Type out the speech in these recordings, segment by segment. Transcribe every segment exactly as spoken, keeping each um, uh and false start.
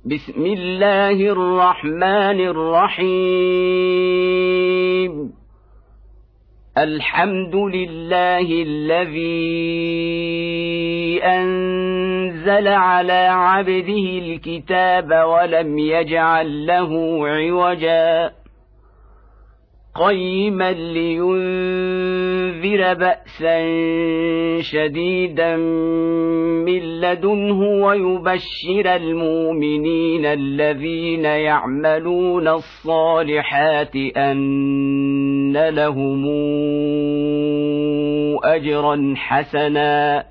بسم الله الرحمن الرحيم الحمد لله الذي أنزل على عبده الكتاب ولم يجعل له عوجا قيما لينذر بأسا شديدا من لدنه ويبشر المؤمنين الذين يعملون الصالحات أن لهم أجرا حسنا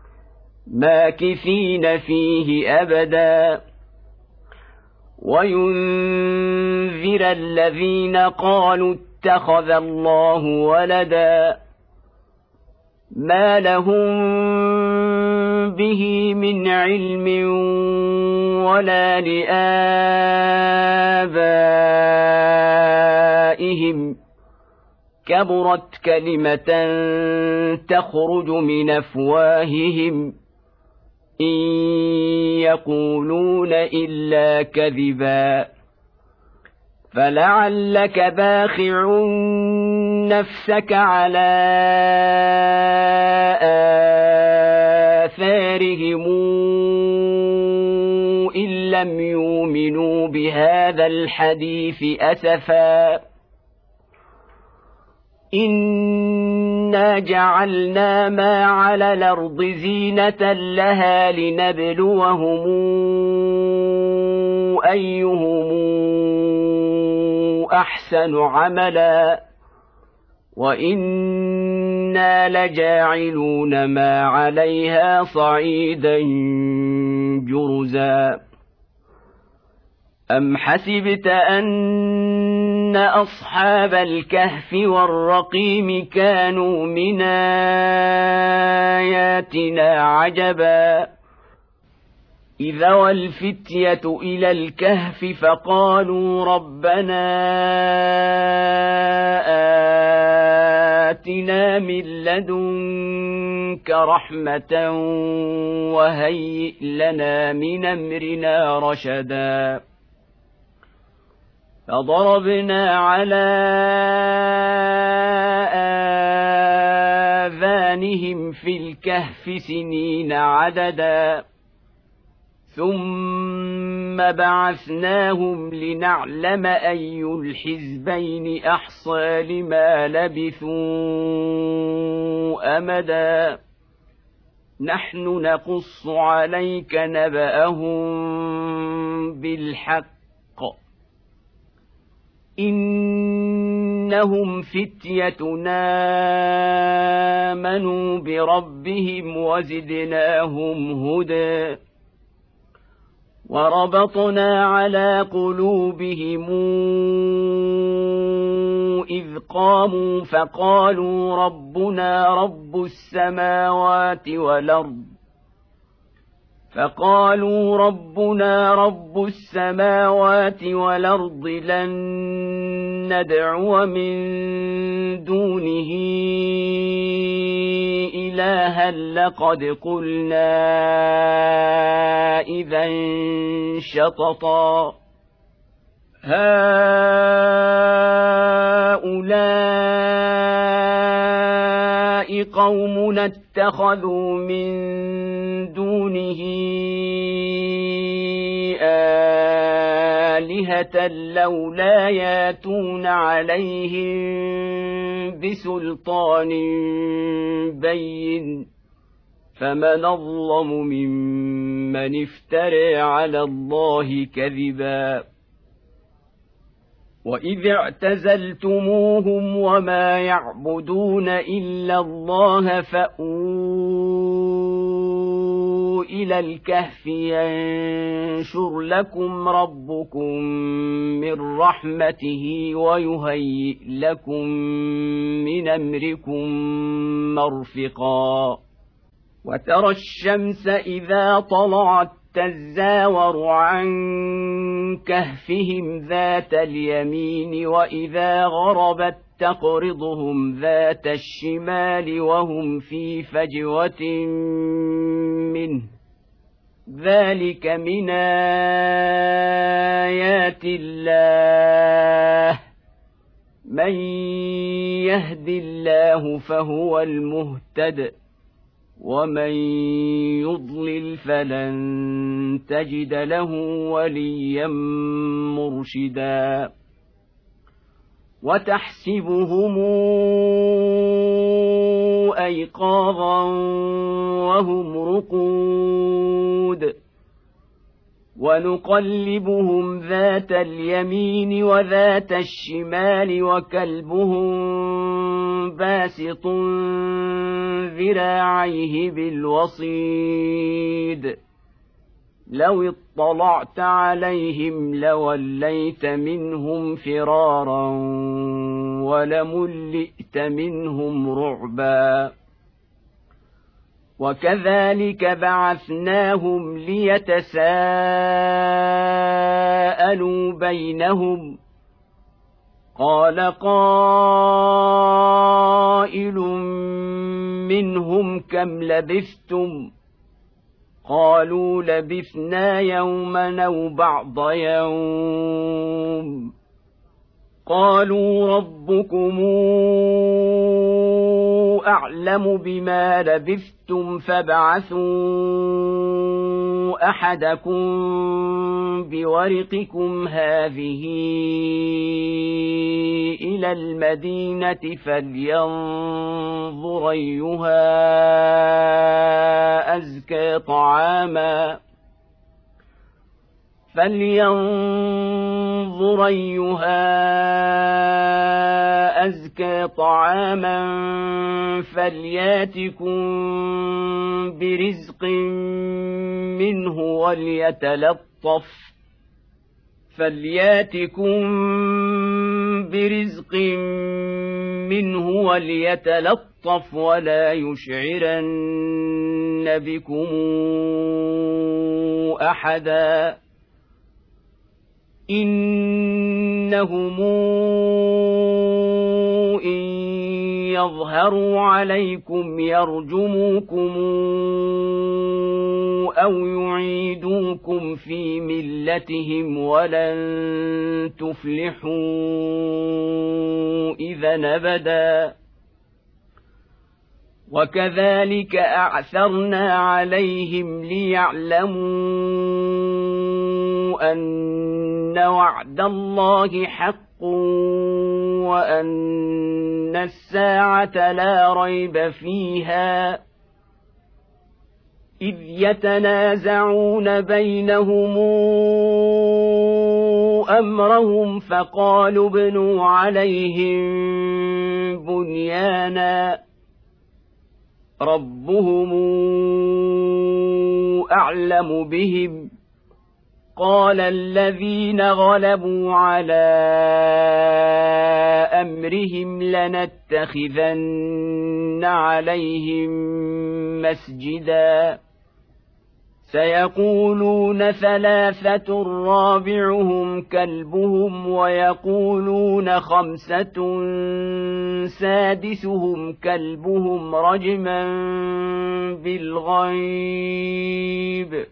ماكثين فيه أبدا وينذر الذين قالوا اتخذ الله ولدا ما لهم به من علم ولا لآبائهم كبرت كلمة تخرج من أفواههم إن يقولون إلا كذبا فلعلك باخع نفسك على آثارهم إن لم يؤمنوا بهذا الحديث أسفا إنا جعلنا ما على الأرض زينة لها لنبلوهم أيهم أحسن عملا وإنا لجاعلون ما عليها صعيدا جرزا أم حسبت أن أصحاب الكهف والرقيم كانوا من آياتنا عجبا إذا والفتية إلى الكهف فقالوا ربنا آتنا من لدنك رحمة وهيئ لنا من أمرنا رشدا فضربنا على آذانهم في الكهف سنين عددا ثم بعثناهم لنعلم أي الحزبين أحصى لما لبثوا أمدا نحن نقص عليك نبأهم بالحق إنهم فتيتنا آمنوا بربهم وزدناهم هدى وربطنا على قلوبهم إذ قاموا فقالوا ربنا رب السماوات والأرض فقالوا ربنا رب السماوات والأرض لن ندعو من دونه إلها لقد قلنا إذا شططا هؤلاء قوم اتخذوا من دونه آلهة لولا ياتون عليهم بسلطان بين فمن أظلم ممن افترى على الله كذبا وإذ اعتزلتموهم وما يعبدون إلا الله فأووا إلى الكهف ينشر لكم ربكم من رحمته ويهيئ لكم من أمركم مرفقا وترى الشمس إذا طلعت تزاور عن كهفهم ذات اليمين وإذا غربت تقرضهم ذات الشمال وهم في فجوة منه ذلك من آيات الله من يهد الله فهو المهتد ومن يضلل فلن تجد له وليا مرشدا وتحسبهم أيقاظا وهم رقود ونقلبهم ذات اليمين وذات الشمال وكلبهم باسط ذراعيه بالوصيد لو اطلعت عليهم لوليت منهم فرارا ولملئت منهم رعبا وكذلك بعثناهم ليتساءلوا بينهم قال قائل منهم كم لبثتم قالوا لبثنا يوما أو بعض يوم قالوا ربكم أعلم بما لبثتم فابعثوا أحدكم بورقكم هذه إلى المدينة فلينظر أيها أزكى طعاما فلينظر أيها أزكى طعاما فلياتكم برزق منه وليتلطف فلياتكم برزق منه وليتلطف ولا يشعرن بكم أحدا إنهم إن يظهروا عليكم يرجموكم أو يعيدوكم في ملتهم ولن تفلحوا إذا أبدا وكذلك أعثرنا عليهم ليعلموا أن وعد الله حق وأن الساعة لا ريب فيها إذ يتنازعون بينهم أمرهم فقالوا ابنوا عليهم بنيانا ربهم أعلم بهم قال الذين غلبوا على أمرهم لنتخذن عليهم مسجدا سيقولون ثلاثة رابعهم كلبهم ويقولون خمسة سادسهم كلبهم رجما بالغيب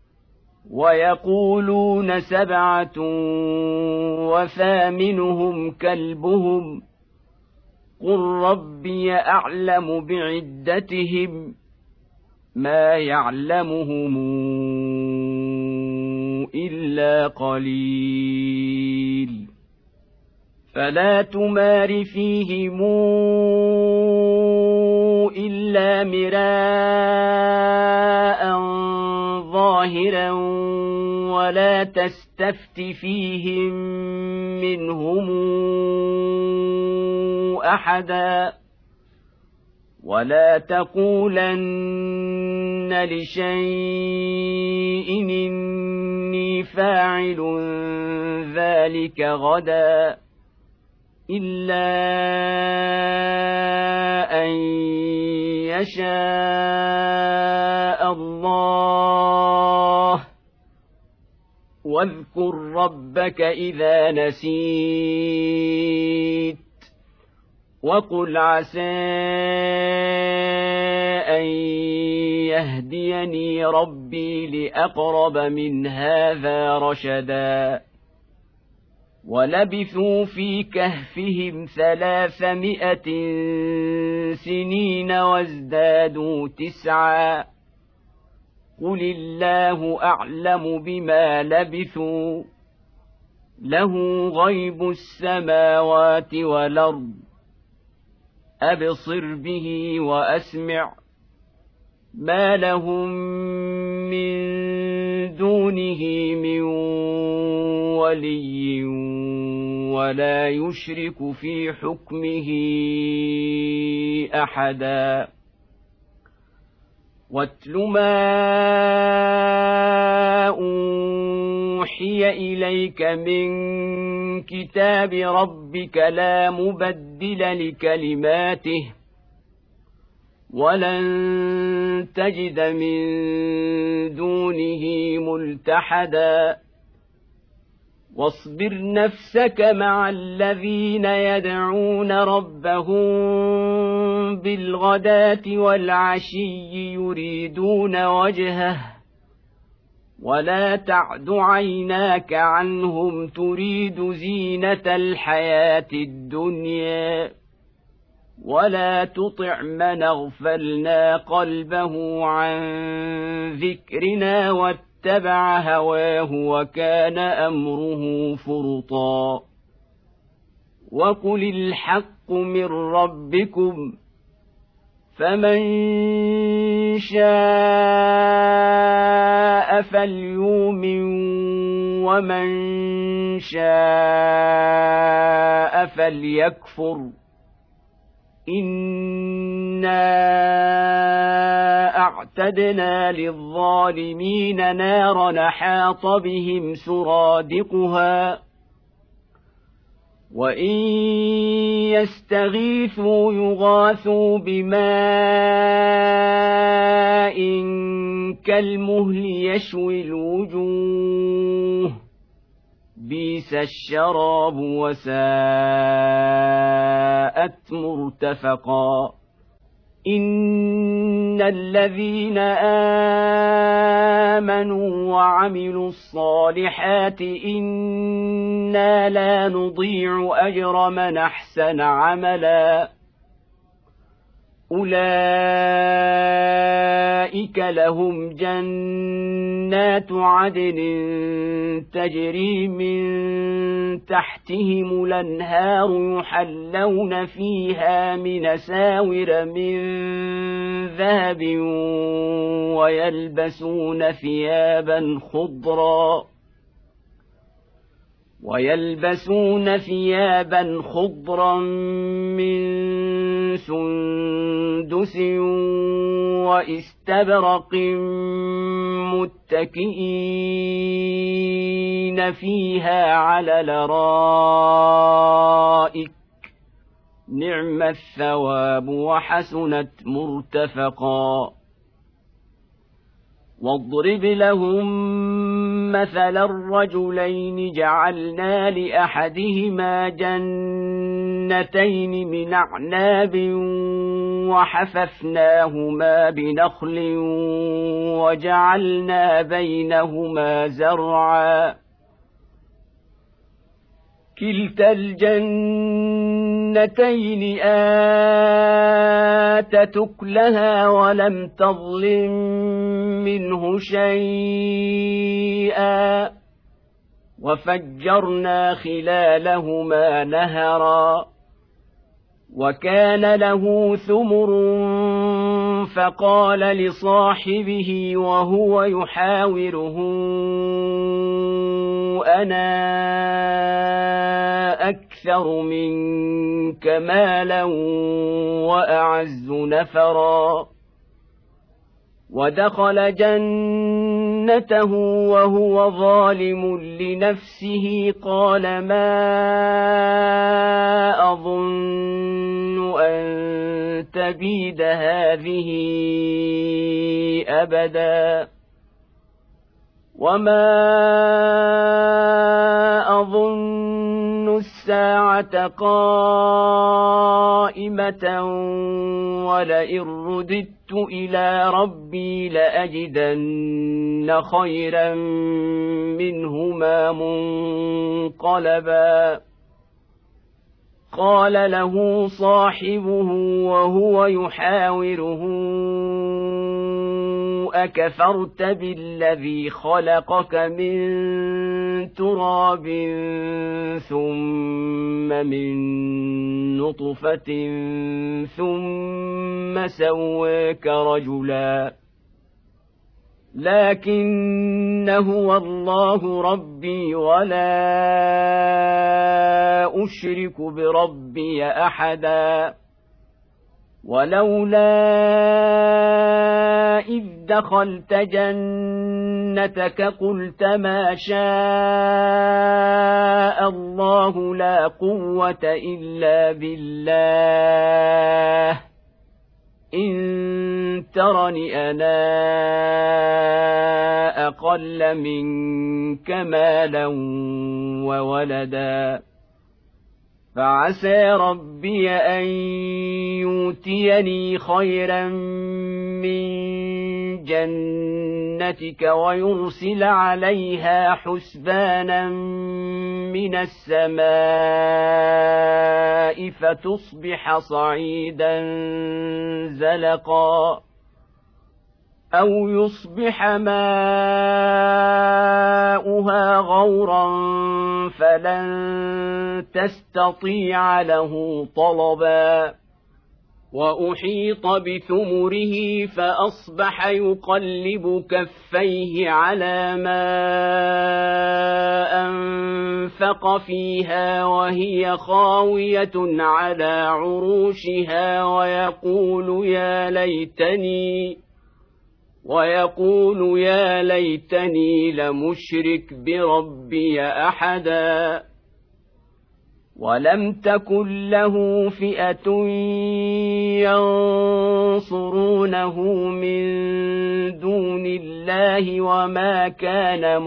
ويقولون سبعة وثامنهم كلبهم قل ربي أعلم بعدتهم ما يعلمهم إلا قليل فلا تمار فيهم إلا مراء ظاهرا ولا تستفت فيهم منهم أحدا ولا تقولن لشيء إني فاعل ذلك غدا إلا أن يشاء الله واذكر ربك إذا نسيت وقل عسى أن يهديني ربي لأقرب من هذا رشدا ولبثوا في كهفهم ثلاثمائة سنين وازدادوا تسعا قل الله أعلم بما لبثوا له غيب السماوات والأرض أبصر به وأسمع ما لهم من دونه من ولي ولا يشرك في حكمه أحدا واتل ما أوحي إليك من كتاب ربك لا مبدل لكلماته ولن تجد من دونه ملتحدا واصبر نفسك مع الذين يدعون ربهم بالغداة والعشي يريدون وجهه ولا تعد عيناك عنهم تريد زينة الحياة الدنيا ولا تطع من اغفلنا قلبه عن ذكرنا واتبع هواه وكان أمره فرطا وقل الحق من ربكم فمن شاء فليؤمن ومن شاء فليكفر إنا أعتدنا للظالمين نارا حاط بهم سرادقها وإن يستغيثوا يغاثوا بماء كالمهل يشوي الوجوه بئس الشراب وساءت مرتفقا إن الذين آمنوا وعملوا الصالحات إنا لا نضيع أجر من أحسن عملا أولئك لهم جنات عدن تجري من تحتهم الأنهار يحلون فيها من أساور من ذهب ويلبسون ثيابا خضرا ويلبسون ثيابا خضرا من سندس واستبرق متكئين فيها على الأرائك نعم الثواب وحسنت مرتفقا واضرب لهم مثل الرجلين جعلنا لأحدهما جنتين من أعناب وحففناهما بنخل وجعلنا بينهما زرعا كلتا الجنتين آتت أكلها ولم تظلم منه شيئا وفجرنا خلالهما نهرا وكان له ثمر فقال لصاحبه وهو يحاوره أنا أكثر منك مالا وأعز نفرا ودخل جنته وهو ظالم لنفسه قال ما أظن أن تبيد هذه أبدا وما أظن الساعة قائمة ولئن رددت رددت إلى ربي لأجدن خيرا منهما منقلبا قال له صاحبه وهو يحاوره أكفرت بالذي خلقك من تراب ثم من نطفة ثم سواك رجلا لكن هو الله ربي ولا أشرك بربي أحدا ولولا إذ دخلت جنتك قلت ما شاء الله لا قوة إلا بالله إن ترني أنا أقل منك مالا وولدا فعسى ربي أن يؤتيني خيرا من جنتك ويرسل عليها حسبانا من السماء فتصبح صعيدا زلقا أو يصبح ماؤها غورا فلن تستطيع له طلبا وأحيط بثمره فأصبح يقلب كفيه على ما أنفق فيها وهي خاوية على عروشها ويقول يا ليتني ويقول يا ليتني لمشرك بربي أحدا ولم تكن له فئة ينصرونه من دون الله وما كان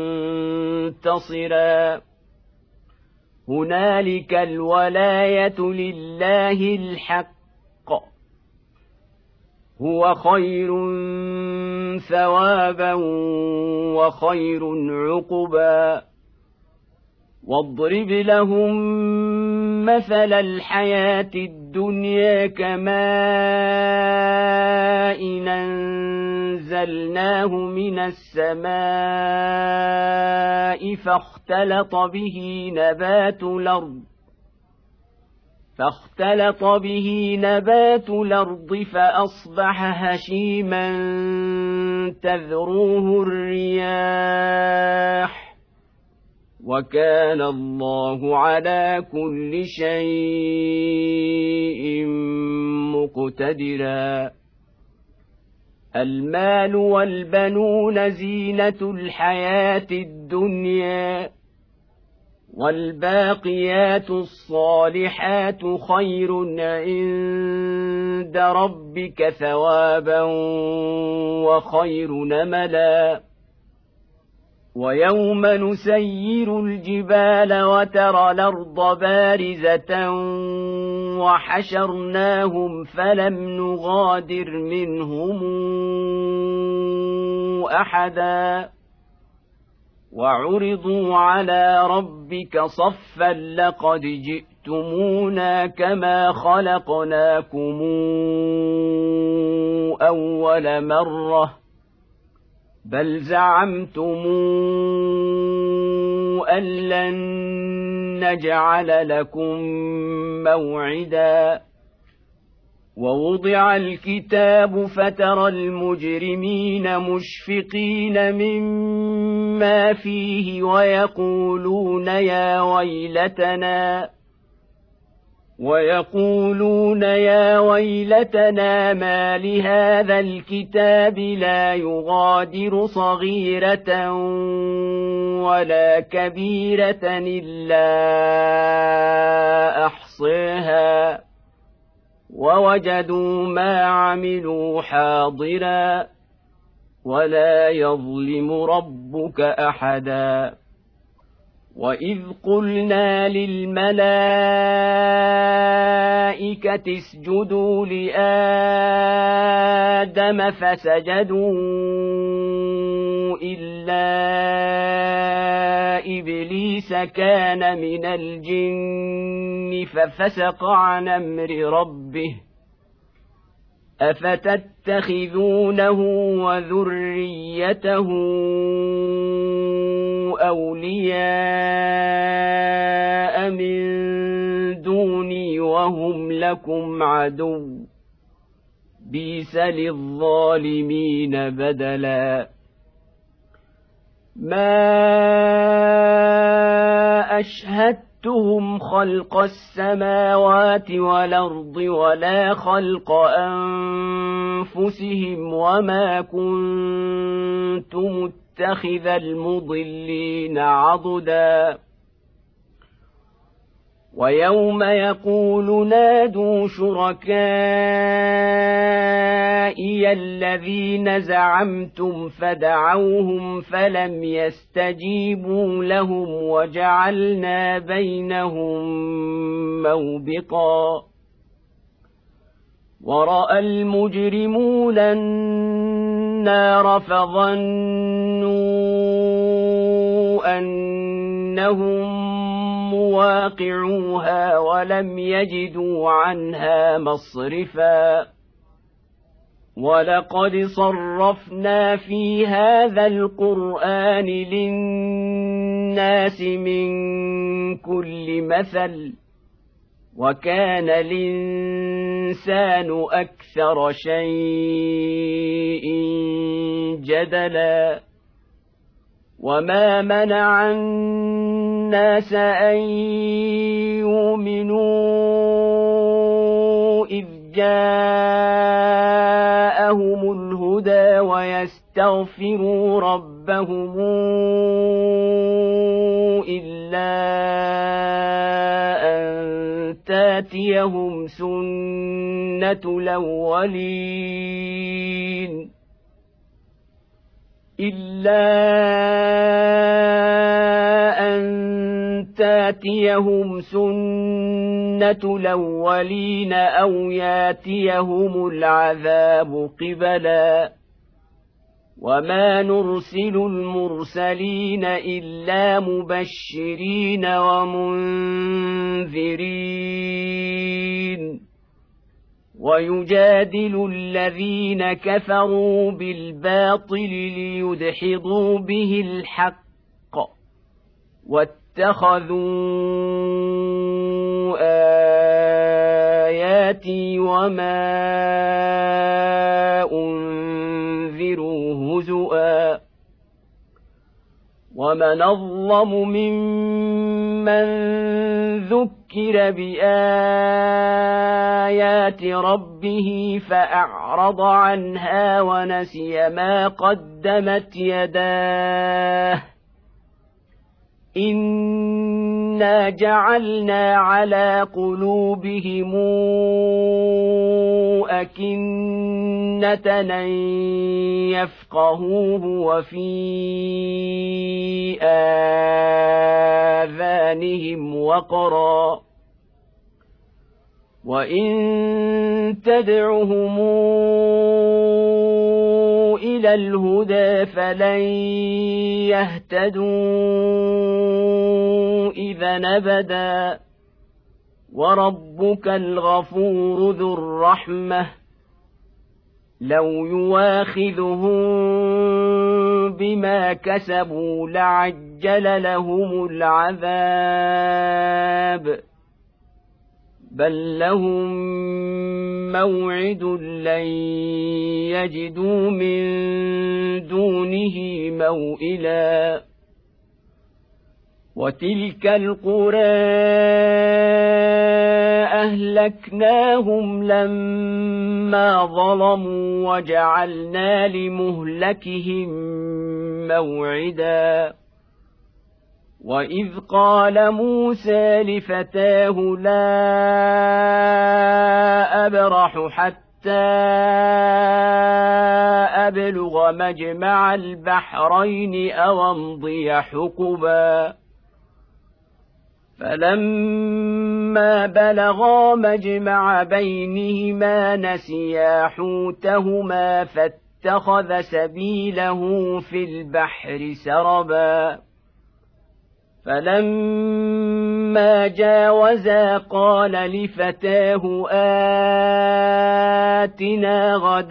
منتصرا هنالك الولاية لله الحق هو خير ثوابا وخير عقبا واضرب لهم مثل الحياة الدنيا كماء أنزلناه من السماء فاختلط به نبات الأرض فاختلط به نبات الأرض فأصبح هشيما تذروه الرياح وكان الله على كل شيء مقتدرا المال والبنون زينة الحياة الدنيا والباقيات الصالحات خير عند ربك ثوابا وخير نملا ويوم نسير الجبال وترى الأرض بارزة وحشرناهم فلم نغادر منهم أحدا وعرضوا على ربك صفا لقد جئتمونا كما خلقناكم أول مرة بل زعمتم أن لن نجعل لكم موعدا ووضع الكتاب فترى المجرمين مشفقين مما فيه ويقولون يا ويلتنا ويقولون يا ويلتنا ما لهذا الكتاب لا يغادر صغيرة ولا كبيرة إلا أحصاها ووجدوا ما عملوا حاضرا ولا يظلم ربك أحدا وإذ قلنا للملائكة اسجدوا لآدم فسجدوا إلا إبليس كان من الجن ففسق عن أمر ربه أفتتخذونه وذريته أولياء من دوني وهم لكم عدو بئس للظالمين بدلا ما أشهدتهم خلق السماوات والأرض ولا خلق أنفسهم وما كنت متخذ المضلين عضدا ويوم يقول نادوا شركائي الذين زعمتم فدعوهم فلم يستجيبوا لهم وجعلنا بينهم موبقا ورأى المجرمون النار فظنوا أنهم مواقعوها ولم يجدوا عنها مصرفا ولقد صرفنا في هذا القرآن للناس من كل مثل وكان الإنسان أكثر شيء جدلا وما منع الناس أن يؤمنوا إذ جاءهم الهدى ويستغفروا ربهم إلا أن تاتيهم سنة الأولين إلا أن تاتيهم سنة الأولين أو ياتيهم العذاب قبلا وما نرسل المرسلين إلا مبشرين ومنذرين ويجادل الذين كفروا بالباطل ليدحضوا به الحق واتخذوا آياتي وما أنذروا هزؤا ومن أظلم ممن ذكر بآيات ربه فأعرض عنها ونسي ما قدمت يداه إنا جعلنا على قلوبهم أكنة أن يفقهوه وفي آذانهم وقرا وإن تدعهم إلى الهدى فلن يهتدوا إذا أبدا وربك الغفور ذو الرحمة لو يواخذهم بما كسبوا لعجل لهم العذاب بل لهم موعد لن يجدوا من دونه موئلا وتلك القرى أهلكناهم لما ظلموا وجعلنا لمهلكهم موعدا وإذ قال موسى لفتاه لا أبرح حتى أبلغ مجمع البحرين أو أمضي حقبا فلما بلغا مجمع بينهما نسيا حوتهما فاتخذ سبيله في البحر سربا فلما جاوزا قال لفتاه آتنا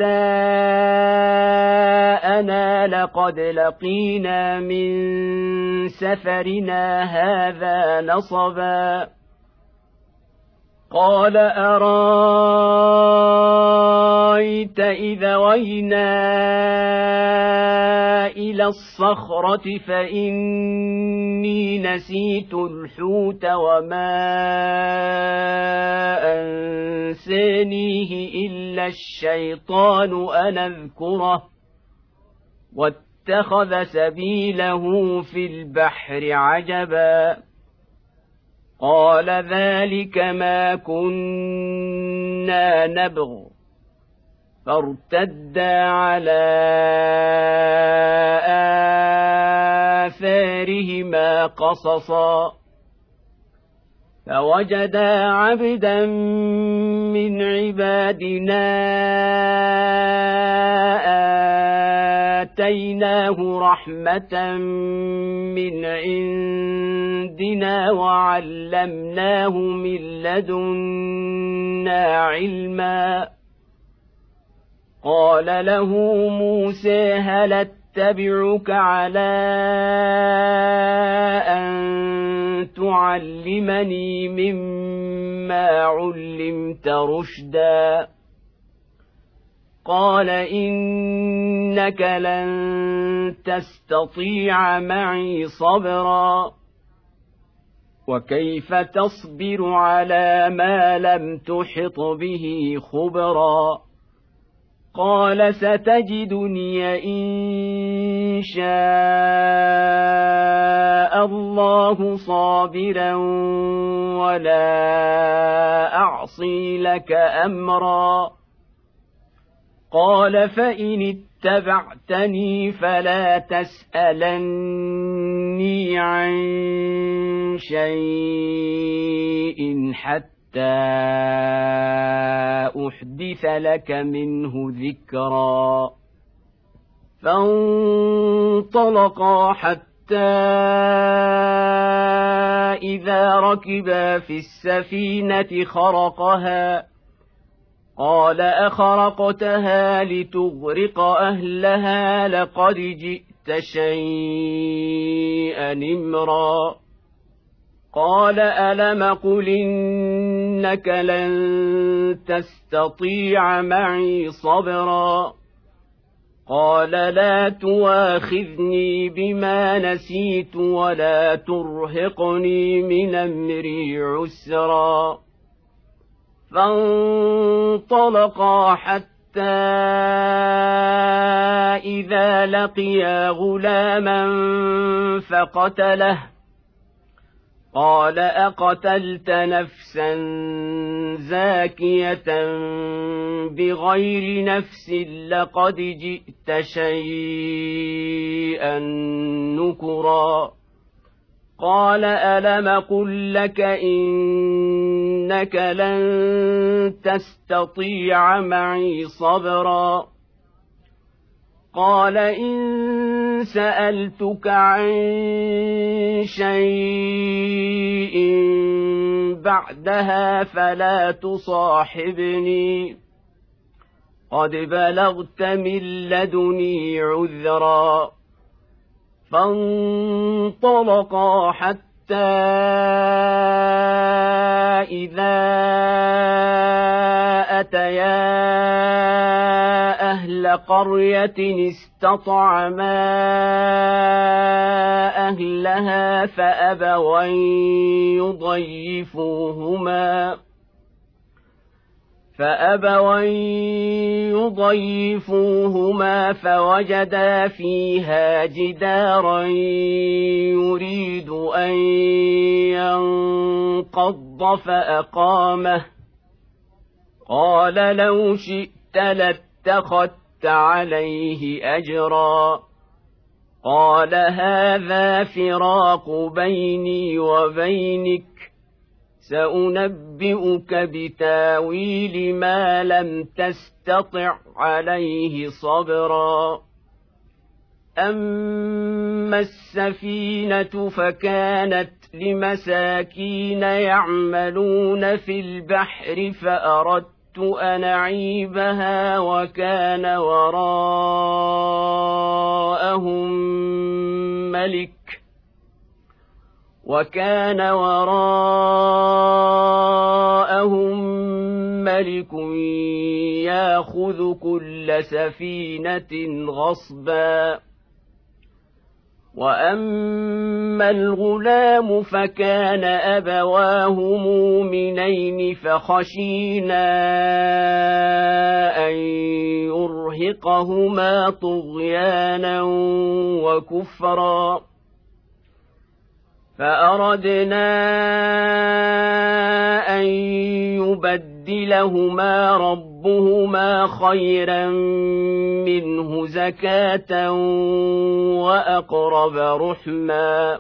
غداءنا لقد لقينا من سفرنا هذا نصبا قال أرايت إذا وينا إلى الصخرة فإني نسيت الحوت وما أنسانيه إلا الشيطان أن أذكره واتخذ سبيله في البحر عجبا قال ذلك ما كنا نبغ فارتدا على آثارهما قصصا فوجدا عبدا من عبادنا آتيناه رحمة من عندنا وعلمناه من لدنا علما قال له موسى هل اتبعك على أن تعلمني مما علمت رشدا قال إنك لن تستطيع معي صبرا وكيف تصبر على ما لم تحط به خبرا قال ستجدني إن شاء الله صابرا ولا أعصي لك أمرا قال فإن اتبعتني فلا تسألني عن شيء حتى أحدث لك منه ذكرا فانطلقا حتى إذا ركبا في السفينة خرقها قال أخرقتها لتغرق أهلها لقد جئت شيئا إمرا قال ألم قل إنك لن تستطيع معي صبرا قال لا تواخذني بما نسيت ولا ترهقني من أمري عسرا فانطلقا حتى إذا لقيا غلاما فقتله قال أقتلت نفسا زاكية بغير نفس لقد جئت شيئا نكرا قال ألم قل لك إنك لن تستطيع معي صبرا قال إن سألتك عن شيء بعدها فلا تصاحبني قد بلغت من لدني عذرا فانطلقا حتى إذا أتيا أهل قرية استطعما أهلها فأبوا أن يضيفوهما فأبوا أن يضيفوهما فوجدا فيها جدارا يريد أن ينقض فأقامه قال لو شئت لاتخذت عليه أجرا قال هذا فراق بيني وبينك سأنبئك بتاويل ما لم تستطع عليه صبرا أما السفينة فكانت لمساكين يعملون في البحر فأردت أن أعيبها وكان وراءهم ملك وكان وراءهم ملك يأخذ كل سفينة غصبا وأما الغلام فكان أبواه مؤمنين فخشينا أن يرهقهما طغيانا وكفرا فأردنا أن يبدلهما ربهما خيرا منه زكاة وأقرب رحما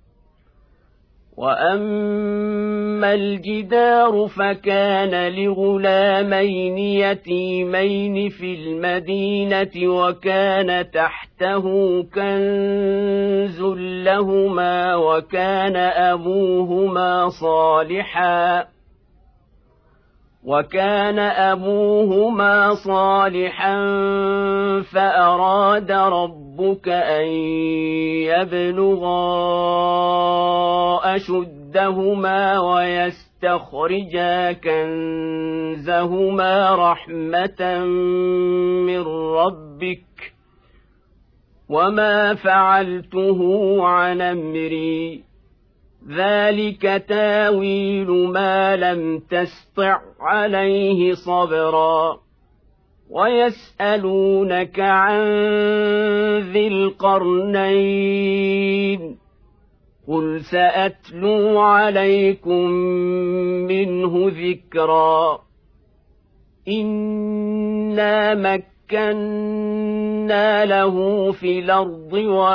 وأما الجدار فكان لغلامين يتيمين في المدينة وكان تحته كنز لهما وكان أبوهما صالحا وكان أبوهما صالحا فأراد ربك أن يبلغا أشدهما ويستخرجا كنزهما رحمة من ربك وما فعلته عن أمري ذلك تاويل ما لم تسطع عليه صبرا ويسألونك عن ذي القرنين قل سأتلو عليكم منه ذكرا إنا مكنا له في الأرض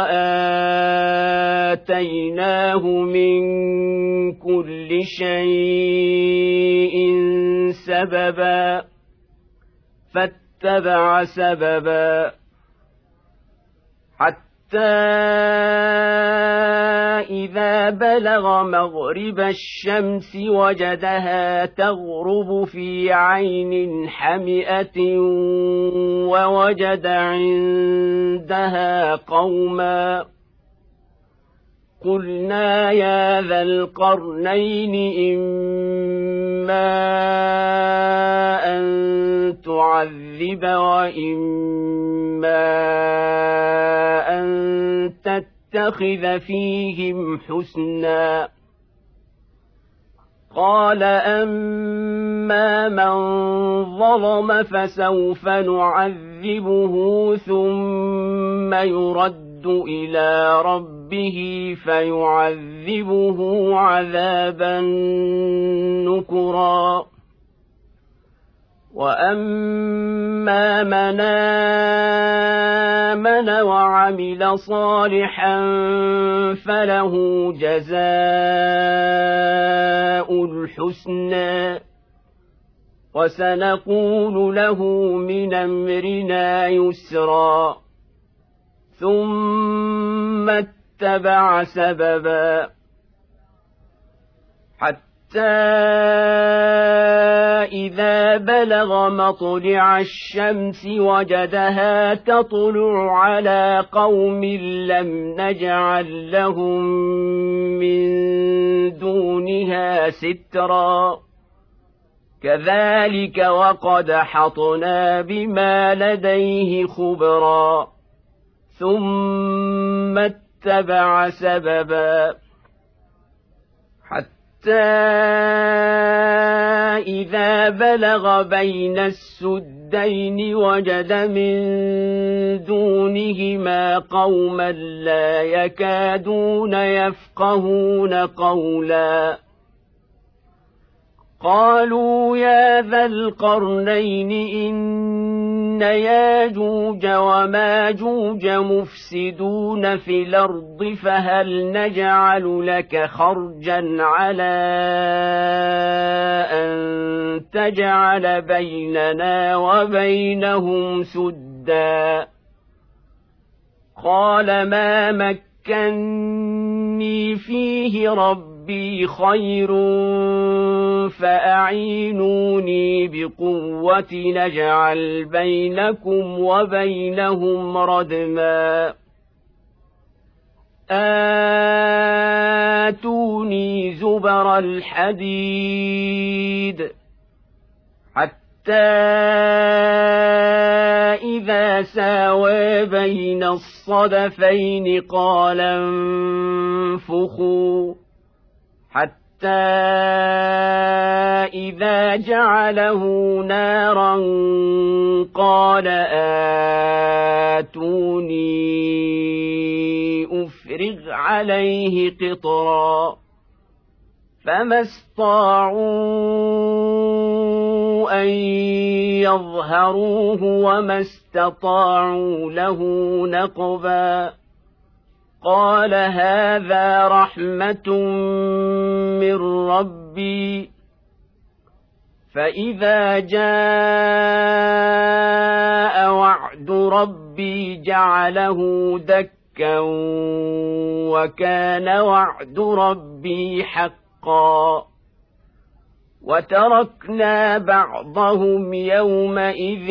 وآتيناه من كل شيء سببا فاتبع سببا حتى إذا بلغ مغرب الشمس وجدها تغرب في عين حمئة ووجد عندها قوما قلنا يا ذا القرنين إما أن تعذب وإما أن تتخذ فيهم حسنا قال أما من ظلم فسوف نعذبه ثم يرد إلى ربه فيعذبه عذابا نكرا وأما من آمن وعمل صالحا فله جزاء الحسنى وسنقول له من أمرنا يسرا ثم اتبع سببا حتى إذا بلغ مطلع الشمس وجدها تطلع على قوم لم نجعل لهم من دونها سترا كذلك وقد أحطنا بما لديه خبرا ثم اتبع سببا حتى إذا بلغ بين السدين وجد من دونهما قوما لا يكادون يفقهون قولا قالوا يا ذا القرنين إن ياجوج وماجوج مفسدون في الأرض فهل نجعل لك خرجا على أن تجعل بيننا وبينهم سدا قال ما مكني فيه ربي خير فأعينوني بقوة نجعل بينكم وبينهم ردما آتوني زبر الحديد حتى إذا ساوى بين الصدفين قال انفخوا حتى إذا جعله نارا قال آتوني أفرغ عليه قطرا فما استطاعوا أن يظهروه وما استطاعوا له نقبا قال هذا رحمة من ربي فإذا جاء وعد ربي جعله دكا وكان وعد ربي حقا وتركنا بعضهم يومئذ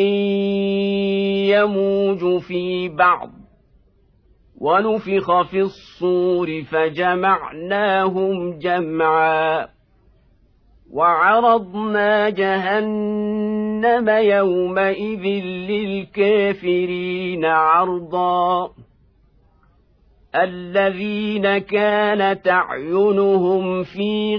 يموج في بعض ونفخ في الصور فجمعناهم جمعا وعرضنا جهنم يومئذ للكافرين عرضا الذين كانت أعينهم في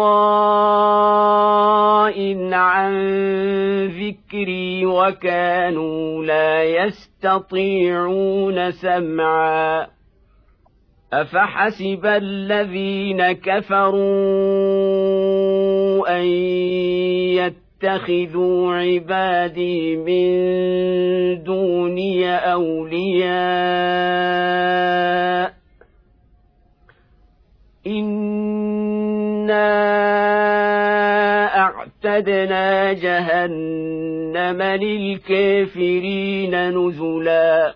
غطاء عن ذكري وكانوا لا يستطيعون سمعا أفحسب الذين كفروا أن يتخذوا عبادي من دوني أولياء إنا أعتدنا جهنم للكافرين نزلا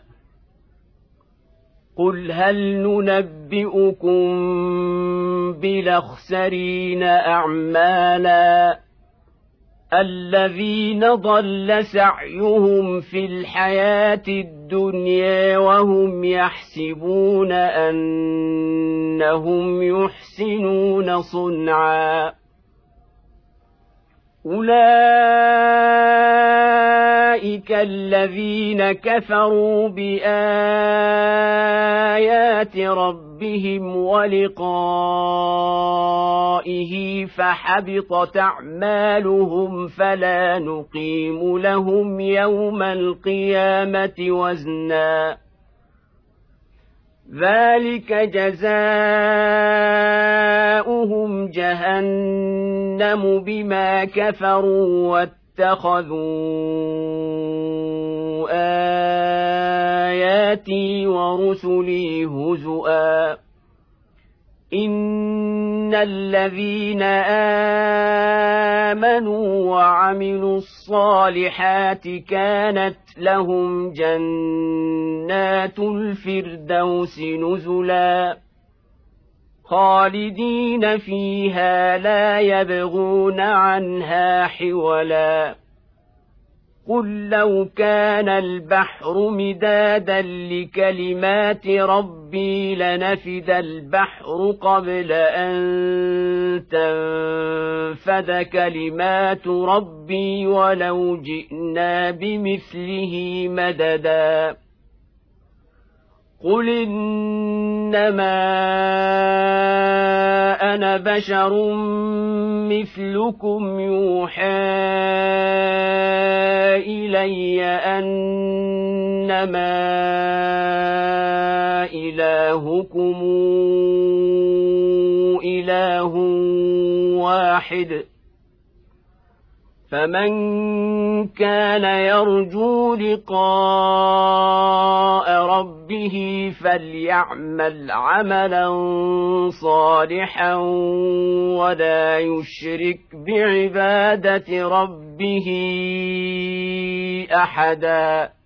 قل هل ننبئكم بالأخسرين أعمالا الذين ضل سعيهم في الحياة الدنيا وهم يحسبون أنهم يحسنون صنعا أولئك الذين كفروا بآيات ربهم ولقائه فحبطت أعمالهم فلا نقيم لهم يوم القيامة وزنا ذلك جزاؤهم جهنم بما كفروا واتخذوا آياتي ورسلي هزؤا إن الذين آمنوا وعملوا الصالحات كانت لهم جنات الفردوس نزلا خالدين فيها لا يبغون عنها حولا قل لو كان البحر مدادا لكلمات ربي لنفد البحر قبل أن تنفد كلمات ربي ولو جئنا بمثله مددا قل إنما أنا بشر مثلكم يوحى إلي أنما إلهكم إله واحد فمن كان يرجو لقاء ربه فليعمل عملا صالحا ولا يشرك بعبادة ربه أحدا.